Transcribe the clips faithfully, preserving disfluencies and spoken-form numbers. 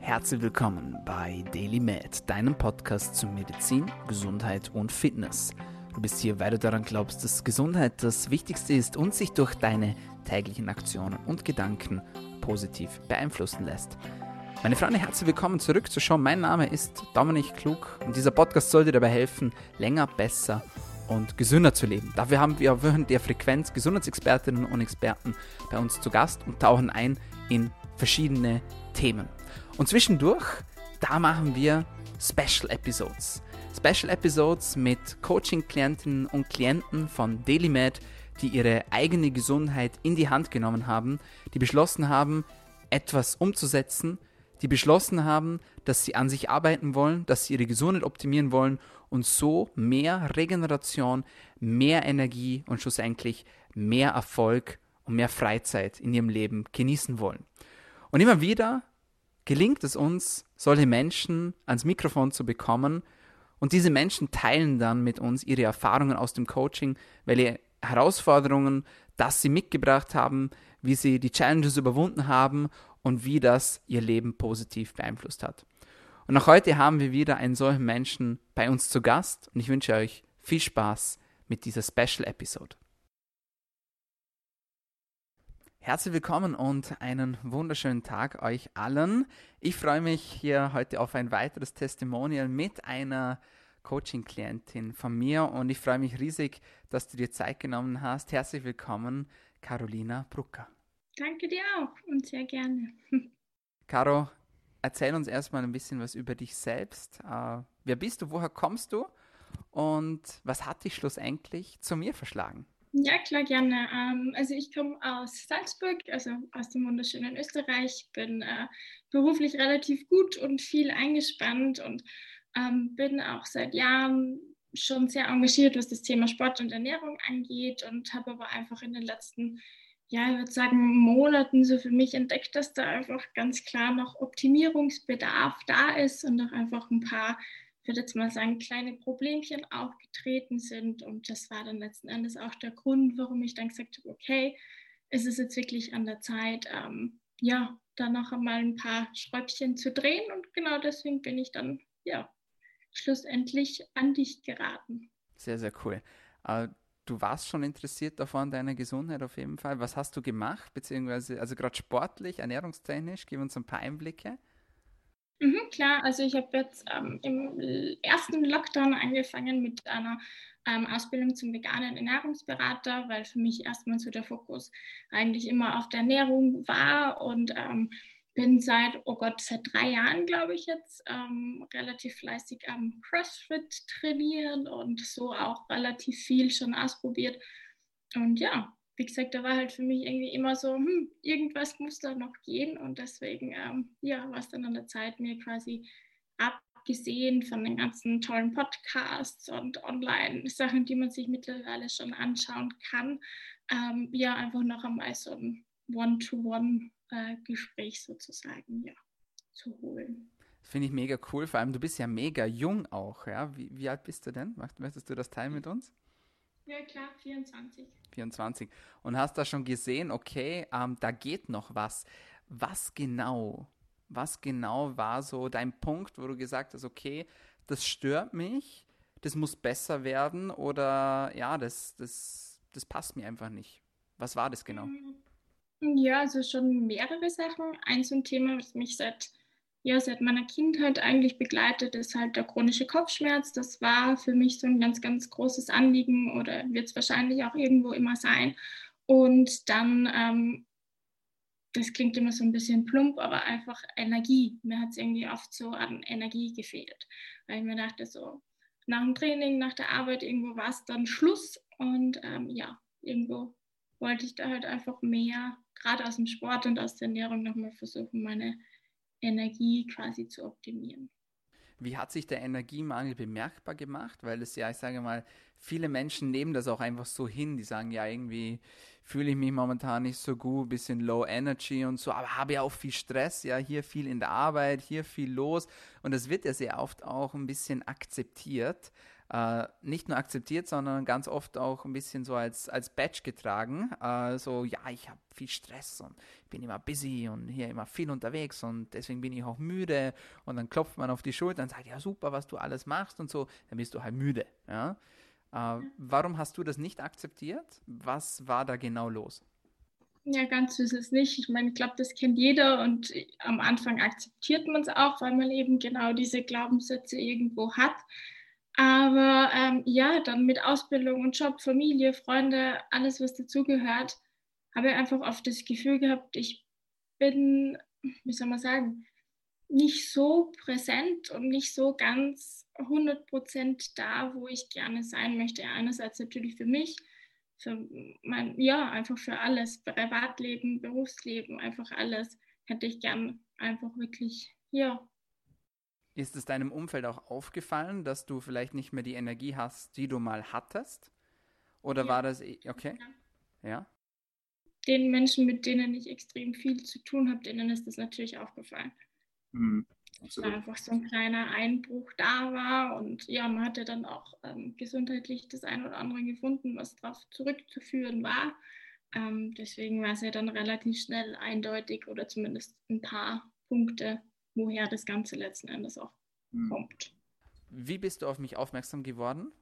Herzlich willkommen bei DailyMed, deinem Podcast zu Medizin, Gesundheit und Fitness. Du bist hier, weil du daran glaubst, dass Gesundheit das Wichtigste ist und sich durch deine täglichen Aktionen und Gedanken positiv beeinflussen lässt. Meine Freunde, herzlich willkommen zurück zur Show. Mein Name ist Dominik Klug und dieser Podcast soll dir dabei helfen, länger, besser und gesünder zu leben. Dafür haben wir während der Frequenz Gesundheitsexpertinnen und Experten bei uns zu Gast und tauchen ein in verschiedene Themen. Und zwischendurch, da machen wir Special Episodes. Special Episodes mit Coaching-Klientinnen und Klienten von DailyMed, die ihre eigene Gesundheit in die Hand genommen haben, die beschlossen haben, etwas umzusetzen, die beschlossen haben, dass sie an sich arbeiten wollen, dass sie ihre Gesundheit optimieren wollen und so mehr Regeneration, mehr Energie und schlussendlich mehr Erfolg und mehr Freizeit in ihrem Leben genießen wollen. Und immer wieder gelingt es uns, solche Menschen ans Mikrofon zu bekommen und diese Menschen teilen dann mit uns ihre Erfahrungen aus dem Coaching, welche Herausforderungen, das sie mitgebracht haben, wie sie die Challenges überwunden haben und wie das ihr Leben positiv beeinflusst hat. Und auch heute haben wir wieder einen solchen Menschen bei uns zu Gast und ich wünsche euch viel Spaß mit dieser Special Episode. Herzlich willkommen und einen wunderschönen Tag euch allen. Ich freue mich hier heute auf ein weiteres Testimonial mit einer Coaching-Klientin von mir und ich freue mich riesig, dass du dir Zeit genommen hast. Herzlich willkommen, Carolina Brucker. Danke dir auch und sehr gerne. Caro, erzähl uns erstmal ein bisschen was über dich selbst. Uh, wer bist du, woher kommst du und was hat dich schlussendlich zu mir verschlagen? Ja, klar, gerne. Ähm, also ich komme aus Salzburg, also aus dem wunderschönen Österreich, bin äh, beruflich relativ gut und viel eingespannt und ähm, bin auch seit Jahren schon sehr engagiert, was das Thema Sport und Ernährung angeht und habe aber einfach in den letzten, ja, ich würde sagen, Monaten so für mich entdeckt, dass da einfach ganz klar noch Optimierungsbedarf da ist und auch einfach ein paar, ich würde jetzt mal sagen, kleine Problemchen aufgetreten sind. Und das war dann letzten Endes auch der Grund, warum ich dann gesagt habe, okay, es ist jetzt wirklich an der Zeit, ähm, ja, da noch einmal ein paar Schräubchen zu drehen. Und genau deswegen bin ich dann, ja, schlussendlich an dich geraten. Sehr, sehr cool. Uh, Du warst schon interessiert davon, an deiner Gesundheit auf jeden Fall. Was hast du gemacht, beziehungsweise, also gerade sportlich, ernährungstechnisch? Gib uns ein paar Einblicke. Mhm, klar, also ich habe jetzt ähm, im ersten Lockdown angefangen mit einer ähm, Ausbildung zum veganen Ernährungsberater, weil für mich erstmal so der Fokus eigentlich immer auf der Ernährung war und ähm, bin seit, oh Gott, seit drei Jahren, glaube ich jetzt, ähm, relativ fleißig am CrossFit trainieren und so auch relativ viel schon ausprobiert. Und ja, wie gesagt, da war halt für mich irgendwie immer so, hm, irgendwas muss da noch gehen und deswegen, ähm, ja, war es dann an der Zeit, mir quasi abgesehen von den ganzen tollen Podcasts und Online-Sachen, die man sich mittlerweile schon anschauen kann, ähm, ja, einfach noch einmal so ein One-to-One-Gespräch sozusagen, ja, zu holen. Das finde ich mega cool, vor allem du bist ja mega jung auch, ja? Wie, wie alt bist du denn? Möchtest du das teilen mit uns? Ja, klar, vierundzwanzig. vierundzwanzig. Und hast da schon gesehen, okay, ähm, da geht noch was. Was genau, was genau war so dein Punkt, wo du gesagt hast, okay, das stört mich, das muss besser werden oder ja, das, das, das passt mir einfach nicht. Was war das genau? Ja, also schon mehrere Sachen. Ein so ein Thema, was mich seit, ja, seit meiner Kindheit eigentlich begleitet, ist halt der chronische Kopfschmerz. Das war für mich so ein ganz, ganz großes Anliegen oder wird es wahrscheinlich auch irgendwo immer sein. Und dann, ähm, das klingt immer so ein bisschen plump, aber einfach Energie. Mir hat es irgendwie oft so an Energie gefehlt. Weil ich mir dachte, so nach dem Training, nach der Arbeit, irgendwo war es dann Schluss. Und ähm, ja, irgendwo wollte ich da halt einfach mehr, gerade aus dem Sport und aus der Ernährung, nochmal versuchen, meine Energie quasi zu optimieren. Wie hat sich der Energiemangel bemerkbar gemacht? Weil es ja, ich sage mal, viele Menschen nehmen das auch einfach so hin. Die sagen, ja, irgendwie fühle ich mich momentan nicht so gut, bisschen low energy und so, aber habe ja auch viel Stress, ja, hier viel in der Arbeit, hier viel los. Und das wird ja sehr oft auch ein bisschen akzeptiert. äh, nicht nur akzeptiert, sondern ganz oft auch ein bisschen so als, als Badge getragen. Äh, so, ja, ich habe viel Stress und bin immer busy und hier immer viel unterwegs und deswegen bin ich auch müde. Und dann klopft man auf die Schulter und sagt, ja super, was du alles machst und so, dann bist du halt müde. Ja? Äh, warum hast du das nicht akzeptiert? Was war da genau los? Ja, ganz so ist es nicht. Ich meine, ich glaube, das kennt jeder und am Anfang akzeptiert man es auch, weil man eben genau diese Glaubenssätze irgendwo hat. Aber ähm, ja, dann mit Ausbildung und Job, Familie, Freunde, alles, was dazugehört, habe ich einfach oft das Gefühl gehabt, ich bin, wie soll man sagen, nicht so präsent und nicht so ganz hundert Prozent da, wo ich gerne sein möchte. Einerseits natürlich für mich, für mein, ja, einfach für alles, Privatleben, Berufsleben, einfach alles hätte ich gern einfach wirklich, ja. Ist es deinem Umfeld auch aufgefallen, dass du vielleicht nicht mehr die Energie hast, die du mal hattest? Oder Ja. war das, eh- okay, ja? Den Menschen, mit denen ich extrem viel zu tun habe, denen ist das natürlich aufgefallen. Mhm, Da absolut. einfach so ein kleiner Einbruch da war und ja, man hatte dann auch ähm, gesundheitlich das ein oder andere gefunden, was darauf zurückzuführen war. Ähm, deswegen war es ja dann relativ schnell eindeutig oder zumindest ein paar Punkte, woher das Ganze letzten Endes auch Mhm. kommt. Wie bist du auf mich aufmerksam geworden?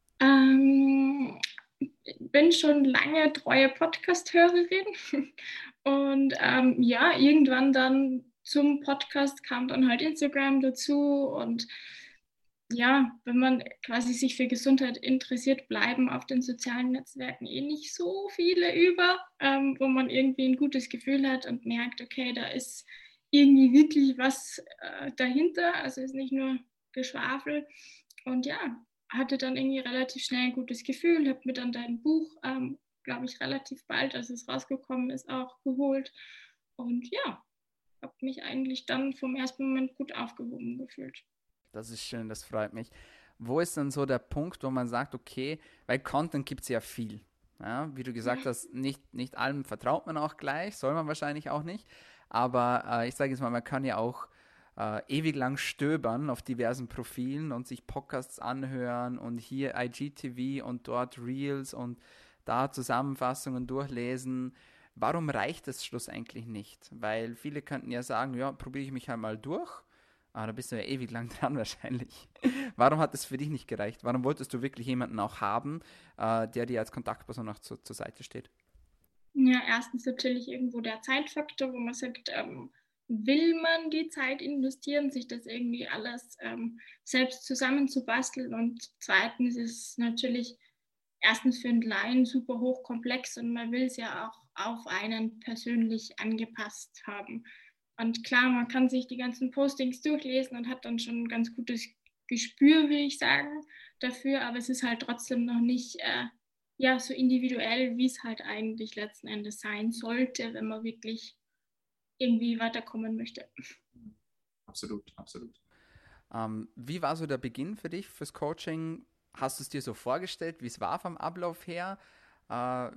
Ähm, bin schon lange treue Podcast-Hörerin und ähm, ja, irgendwann dann zum Podcast kam dann halt Instagram dazu und ja, wenn man quasi sich für Gesundheit interessiert, bleiben auf den sozialen Netzwerken eh nicht so viele über, ähm, wo man irgendwie ein gutes Gefühl hat und merkt, okay, da ist irgendwie wirklich was äh, dahinter, also ist nicht nur Geschwafel. Und ja, hatte dann irgendwie relativ schnell ein gutes Gefühl, habe mir dann dein Buch, ähm, glaube ich, relativ bald, als es rausgekommen ist, auch geholt. Und ja, habe mich eigentlich dann vom ersten Moment gut aufgehoben gefühlt. Das ist schön, das freut mich. Wo ist dann so der Punkt, wo man sagt, okay, weil Content gibt es ja viel. Ja, wie du gesagt hast, nicht, nicht allem vertraut man auch gleich, soll man wahrscheinlich auch nicht. Aber äh, ich sage jetzt mal, man kann ja auch äh, ewig lang stöbern auf diversen Profilen und sich Podcasts anhören und hier I G T V und dort Reels und da Zusammenfassungen durchlesen. Warum reicht es schlussendlich nicht? Weil viele könnten ja sagen, ja, probiere ich mich halt mal durch. Aber da bist du ja ewig lang dran wahrscheinlich. Warum hat es für dich nicht gereicht? Warum wolltest du wirklich jemanden auch haben, äh, der dir als Kontaktperson auch zu, zur Seite steht? Ja, erstens natürlich irgendwo der Zeitfaktor, wo man sagt, ähm, will man die Zeit investieren, sich das irgendwie alles ähm, selbst zusammenzubasteln? Und zweitens ist es natürlich erstens für einen Laien super hochkomplex und man will es ja auch auf einen persönlich angepasst haben. Und klar, man kann sich die ganzen Postings durchlesen und hat dann schon ein ganz gutes Gespür, will ich sagen, dafür, aber es ist halt trotzdem noch nicht äh, ja, so individuell, wie es halt eigentlich letzten Endes sein sollte, wenn man wirklich irgendwie weiterkommen möchte. Absolut, absolut. Ähm, wie war so der Beginn für dich fürs Coaching? Hast du es dir so vorgestellt, wie es war vom Ablauf her? Äh,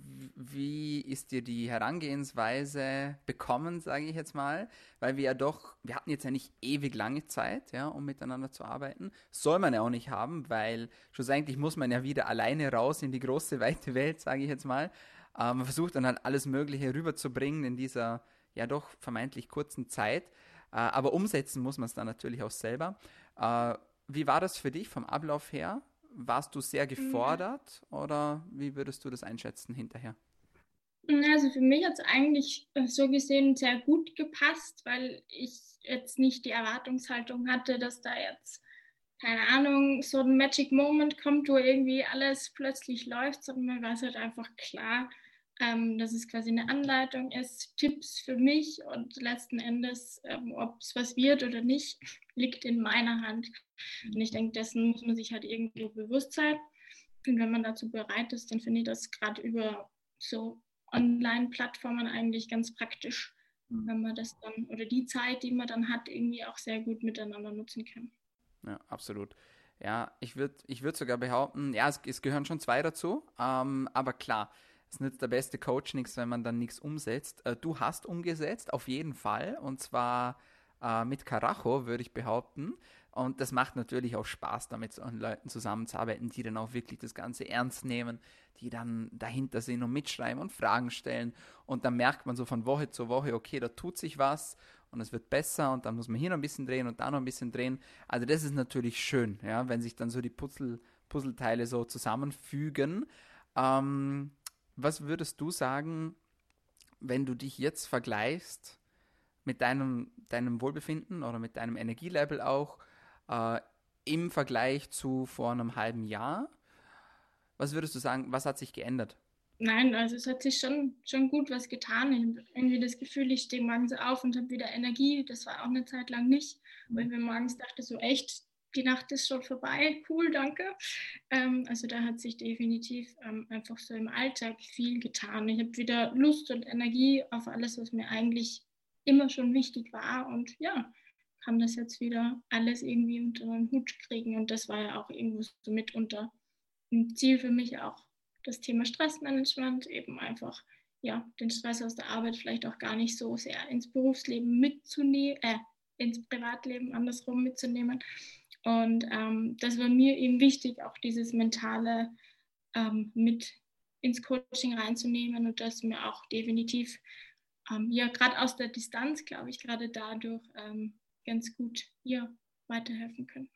wie ist dir die Herangehensweise bekommen, sage ich jetzt mal? Weil wir ja doch, wir hatten jetzt ja nicht ewig lange Zeit, ja, um miteinander zu arbeiten. Soll man ja auch nicht haben, weil schlussendlich muss man ja wieder alleine raus in die große, weite Welt, sage ich jetzt mal. Äh, man versucht dann halt alles Mögliche rüberzubringen in dieser ja doch vermeintlich kurzen Zeit. Äh, aber umsetzen muss man es dann natürlich auch selber. Äh, wie war das für dich vom Ablauf her? Warst du sehr gefordert oder wie würdest du das einschätzen hinterher? Also für mich hat es eigentlich so gesehen sehr gut gepasst, weil ich jetzt nicht die Erwartungshaltung hatte, dass da jetzt, keine Ahnung, so ein Magic Moment kommt, wo irgendwie alles plötzlich läuft, sondern mir war es halt einfach klar, ähm, dass es quasi eine Anleitung ist, Tipps für mich und letzten Endes, ähm, ob es was wird oder nicht, liegt in meiner Hand. Und ich denke, dessen muss man sich halt irgendwo bewusst sein. Und wenn man dazu bereit ist, dann finde ich das gerade über so Online-Plattformen eigentlich ganz praktisch, wenn man das dann oder die Zeit, die man dann hat, irgendwie auch sehr gut miteinander nutzen kann. Ja, absolut. Ja, ich würde ich würd sogar behaupten, ja, es, es gehören schon zwei dazu, ähm, aber klar, es nützt der beste Coach nichts, wenn man dann nichts umsetzt. Äh, du hast umgesetzt, auf jeden Fall, und zwar äh, mit Karacho, würde ich behaupten. Und das macht natürlich auch Spaß, damit so an Leuten zusammenzuarbeiten, die dann auch wirklich das Ganze ernst nehmen, die dann dahinter sind und mitschreiben und Fragen stellen. Und dann merkt man so von Woche zu Woche, okay, da tut sich was und es wird besser und dann muss man hier noch ein bisschen drehen und da noch ein bisschen drehen. Also das ist natürlich schön, ja, wenn sich dann so die Puzzle, Puzzleteile so zusammenfügen. Ähm, was würdest du sagen, wenn du dich jetzt vergleichst mit deinem, deinem Wohlbefinden oder mit deinem Energielevel auch äh, im Vergleich zu vor einem halben Jahr? Was würdest du sagen, was hat sich geändert? Nein, also es hat sich schon, schon gut was getan. Ich habe irgendwie das Gefühl, ich stehe morgens auf und habe wieder Energie. Das war auch eine Zeit lang nicht, weil ich mir morgens dachte, so echt, die Nacht ist schon vorbei. Cool, danke. Ähm, also da hat sich definitiv ähm, einfach so im Alltag viel getan. Ich habe wieder Lust und Energie auf alles, was mir eigentlich immer schon wichtig war. Und ja, kann das jetzt wieder alles irgendwie unter einen Hut kriegen. Und das war ja auch irgendwo so mitunter ein Ziel für mich auch, das Thema Stressmanagement, eben einfach ja, den Stress aus der Arbeit vielleicht auch gar nicht so sehr ins Berufsleben mitzunehmen, äh, ins Privatleben andersrum mitzunehmen. Und ähm, das war mir eben wichtig, auch dieses Mentale ähm, mit ins Coaching reinzunehmen und das mir auch definitiv, ähm, ja, gerade aus der Distanz, glaube ich, gerade dadurch ähm, ganz gut ja, weiterhelfen können.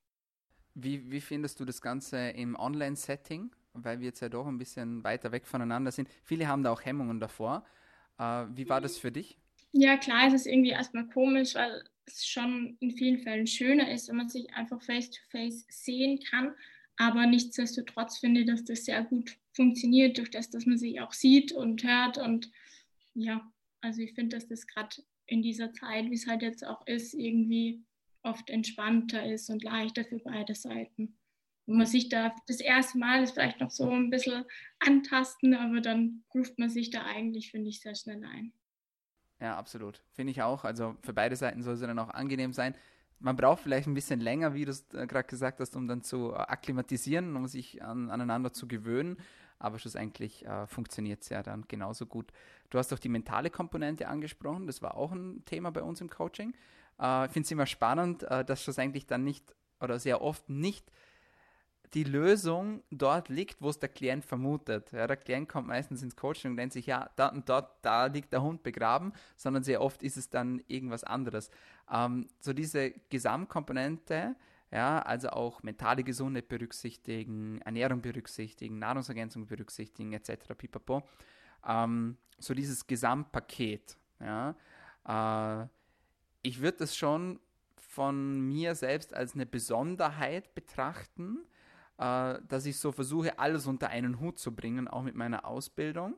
Wie, wie findest du das Ganze im Online-Setting? Weil wir jetzt ja doch ein bisschen weiter weg voneinander sind. Viele haben da auch Hemmungen davor. Äh, wie war das für dich? Ja, klar, es ist irgendwie erstmal komisch, weil es schon in vielen Fällen schöner ist, wenn man sich einfach face-to-face sehen kann. Aber nichtsdestotrotz finde ich, dass das sehr gut funktioniert, durch das, dass man sich auch sieht und hört. Und ja, also ich finde, dass das gerade in dieser Zeit, wie es halt jetzt auch ist, irgendwie oft entspannter ist und leichter für beide Seiten. Und man sich da das erste Mal ist vielleicht noch so ein bisschen antasten, aber dann ruft man sich da eigentlich, finde ich, sehr schnell ein. Ja, absolut. Finde ich auch. Also für beide Seiten soll es dann auch angenehm sein. Man braucht vielleicht ein bisschen länger, wie du es äh, gerade gesagt hast, um dann zu äh, akklimatisieren, um sich an, aneinander zu gewöhnen. Aber schlussendlich äh, funktioniert es ja dann genauso gut. Du hast auch die mentale Komponente angesprochen. Das war auch ein Thema bei uns im Coaching. Äh, ich finde es immer spannend, äh, dass schlussendlich dann nicht oder sehr oft nicht die Lösung dort liegt, wo es der Klient vermutet. Ja, der Klient kommt meistens ins Coaching und denkt sich, ja, da und dort, da liegt der Hund begraben, sondern sehr oft ist es dann irgendwas anderes. Ähm, so diese Gesamtkomponente, ja, also auch mentale Gesundheit berücksichtigen, Ernährung berücksichtigen, Nahrungsergänzung berücksichtigen, et cetera pipapo. Ähm, so dieses Gesamtpaket, ja. Äh, ich würde das schon von mir selbst als eine Besonderheit betrachten, äh, dass ich so versuche, alles unter einen Hut zu bringen, auch mit meiner Ausbildung.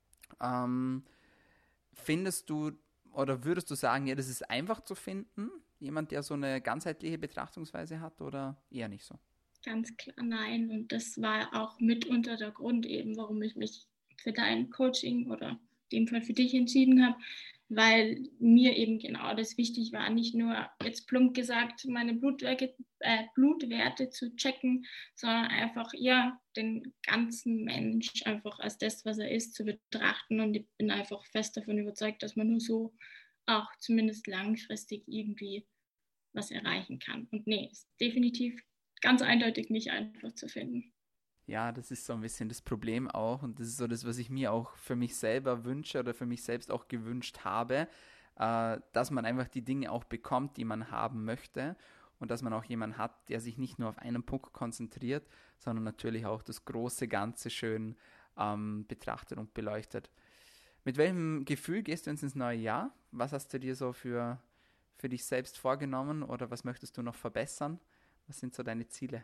Ähm, findest du oder würdest du sagen, ja, das ist einfach zu finden? Jemand, der so eine ganzheitliche Betrachtungsweise hat oder eher nicht so? Ganz klar nein. Und das war auch mitunter der Grund eben, warum ich mich für dein Coaching oder in dem Fall für dich entschieden habe, weil mir eben genau das wichtig war, nicht nur jetzt plump gesagt meine Blutwerte, äh, Blutwerte zu checken, sondern einfach ja den ganzen Mensch einfach als das, was er ist, zu betrachten. Und ich bin einfach fest davon überzeugt, dass man nur so auch zumindest langfristig irgendwie was erreichen kann. Und nee, ist definitiv ganz eindeutig nicht einfach zu finden. Ja, das ist so ein bisschen das Problem auch und das ist so das, was ich mir auch für mich selber wünsche oder für mich selbst auch gewünscht habe, äh, dass man einfach die Dinge auch bekommt, die man haben möchte und dass man auch jemanden hat, der sich nicht nur auf einen Punkt konzentriert, sondern natürlich auch das große Ganze schön ähm, betrachtet und beleuchtet. Mit welchem Gefühl gehst du jetzt ins neue Jahr? Was hast du dir so für, für dich selbst vorgenommen oder was möchtest du noch verbessern? Was sind so deine Ziele?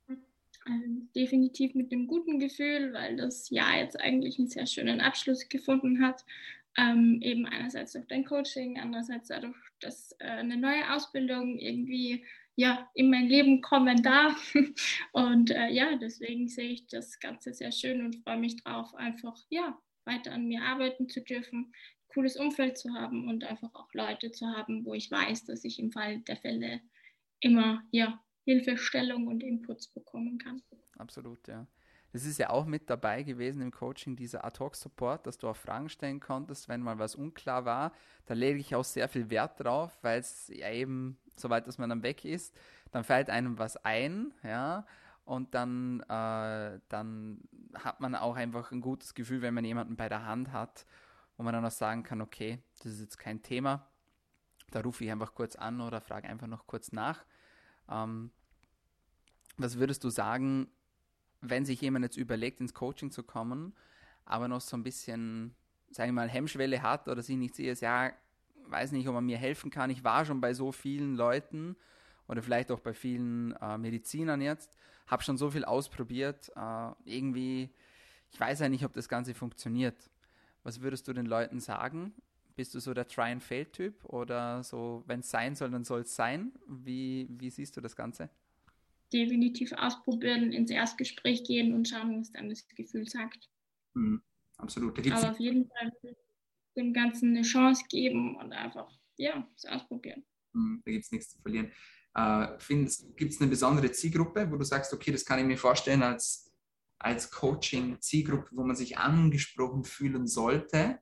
Also definitiv mit einem guten Gefühl, weil das Jahr jetzt eigentlich einen sehr schönen Abschluss gefunden hat. Ähm, eben einerseits durch dein Coaching, andererseits dadurch, dass äh, eine neue Ausbildung irgendwie ja, in mein Leben kommen darf. Und äh, ja, deswegen sehe ich das Ganze sehr schön und freue mich drauf, einfach ja, weiter an mir arbeiten zu dürfen, ein cooles Umfeld zu haben und einfach auch Leute zu haben, wo ich weiß, dass ich im Fall der Fälle immer ja, Hilfestellung und Inputs bekommen kann. Absolut, ja. Das ist ja auch mit dabei gewesen im Coaching, dieser Ad-Hoc-Support, dass du auch Fragen stellen konntest, wenn mal was unklar war. Da lege ich auch sehr viel Wert drauf, weil es ja eben soweit, dass man dann weg ist, dann fällt einem was ein, ja, und dann, äh, dann hat man auch einfach ein gutes Gefühl, wenn man jemanden bei der Hand hat, wo man dann auch sagen kann, okay, das ist jetzt kein Thema, da rufe ich einfach kurz an oder frage einfach noch kurz nach. Ähm, was würdest du sagen, wenn sich jemand jetzt überlegt, ins Coaching zu kommen, aber noch so ein bisschen, sagen wir mal, Hemmschwelle hat oder sich nicht sicher ist, ja, weiß nicht, ob man mir helfen kann, ich war schon bei so vielen Leuten oder vielleicht auch bei vielen äh, Medizinern jetzt, habe schon so viel ausprobiert, äh, irgendwie, ich weiß ja nicht, ob das Ganze funktioniert. Was würdest du den Leuten sagen? Bist du so der Try-and-Fail-Typ oder so, wenn es sein soll, dann soll es sein? Wie, wie siehst du das Ganze? Definitiv ausprobieren, ins Erstgespräch gehen und schauen, was dann das Gefühl sagt. Mhm, absolut. Da gibt's Aber auf jeden Fall dem Ganzen eine Chance geben und einfach, ja, es ausprobieren. Mhm, da gibt es nichts zu verlieren. Äh, gibt es eine besondere Zielgruppe, wo du sagst, okay, das kann ich mir vorstellen als, als Coaching-Zielgruppe, wo man sich angesprochen fühlen sollte?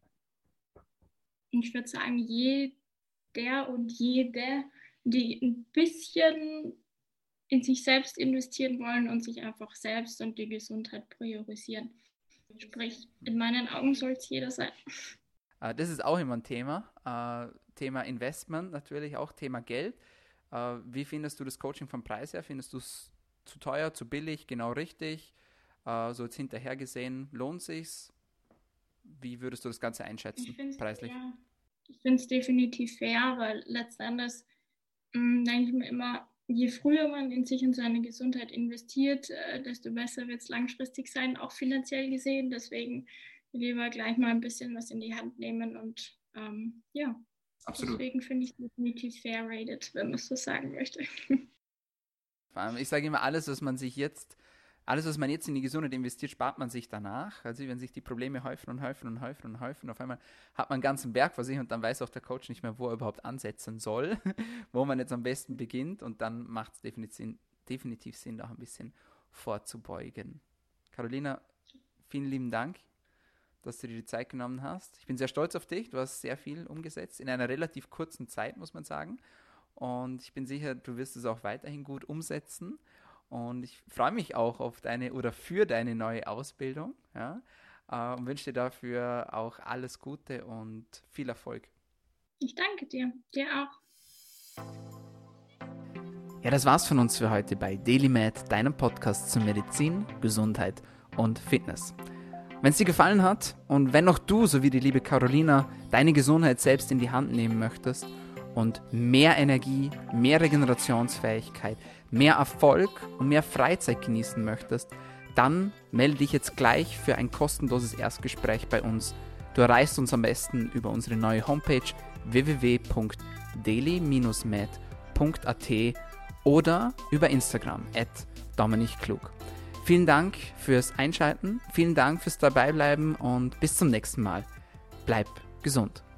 Ich würde sagen, jeder und jede, die ein bisschen in sich selbst investieren wollen und sich einfach selbst und die Gesundheit priorisieren. Sprich, in meinen Augen soll es jeder sein. Das ist auch immer ein Thema. Thema Investment natürlich, auch Thema Geld. Wie findest du das Coaching vom Preis her? Findest du es zu teuer, zu billig, genau richtig? So jetzt hinterher gesehen, lohnt sich's? Wie würdest du das Ganze einschätzen, ich preislich? Ja, ich finde es definitiv fair, weil letztendlich mh, denke ich mir immer, je früher man in sich und seine Gesundheit investiert, äh, desto besser wird es langfristig sein, auch finanziell gesehen. Deswegen lieber gleich mal ein bisschen was in die Hand nehmen und ähm, ja, absolut. Deswegen finde ich es definitiv fair rated, wenn man es so sagen möchte. Ich sage immer, alles, was man sich jetzt Alles, was man jetzt in die Gesundheit investiert, spart man sich danach. Also wenn sich die Probleme häufen und häufen und häufen und häufen, auf einmal hat man einen ganzen Berg vor sich und dann weiß auch der Coach nicht mehr, wo er überhaupt ansetzen soll, wo man jetzt am besten beginnt und dann macht es definitiv, definitiv Sinn, da auch ein bisschen vorzubeugen. Carolina, vielen lieben Dank, dass du dir die Zeit genommen hast. Ich bin sehr stolz auf dich, du hast sehr viel umgesetzt, in einer relativ kurzen Zeit, muss man sagen. Und ich bin sicher, du wirst es auch weiterhin gut umsetzen. Und ich freue mich auch auf deine oder für deine neue Ausbildung, ja, äh, und wünsche dir dafür auch alles Gute und viel Erfolg. Ich danke dir, dir auch. Ja, das war's von uns für heute bei DailyMed, deinem Podcast zu Medizin, Gesundheit und Fitness. Wenn es dir gefallen hat und wenn auch du, so wie die liebe Carolina, deine Gesundheit selbst in die Hand nehmen möchtest und mehr Energie, mehr Regenerationsfähigkeit, mehr Erfolg und mehr Freizeit genießen möchtest, dann melde dich jetzt gleich für ein kostenloses Erstgespräch bei uns. Du erreichst uns am besten über unsere neue Homepage w w w punkt daily dash med punkt a t oder über Instagram at dominik klug. Vielen Dank fürs Einschalten, vielen Dank fürs Dabeibleiben und bis zum nächsten Mal. Bleib gesund.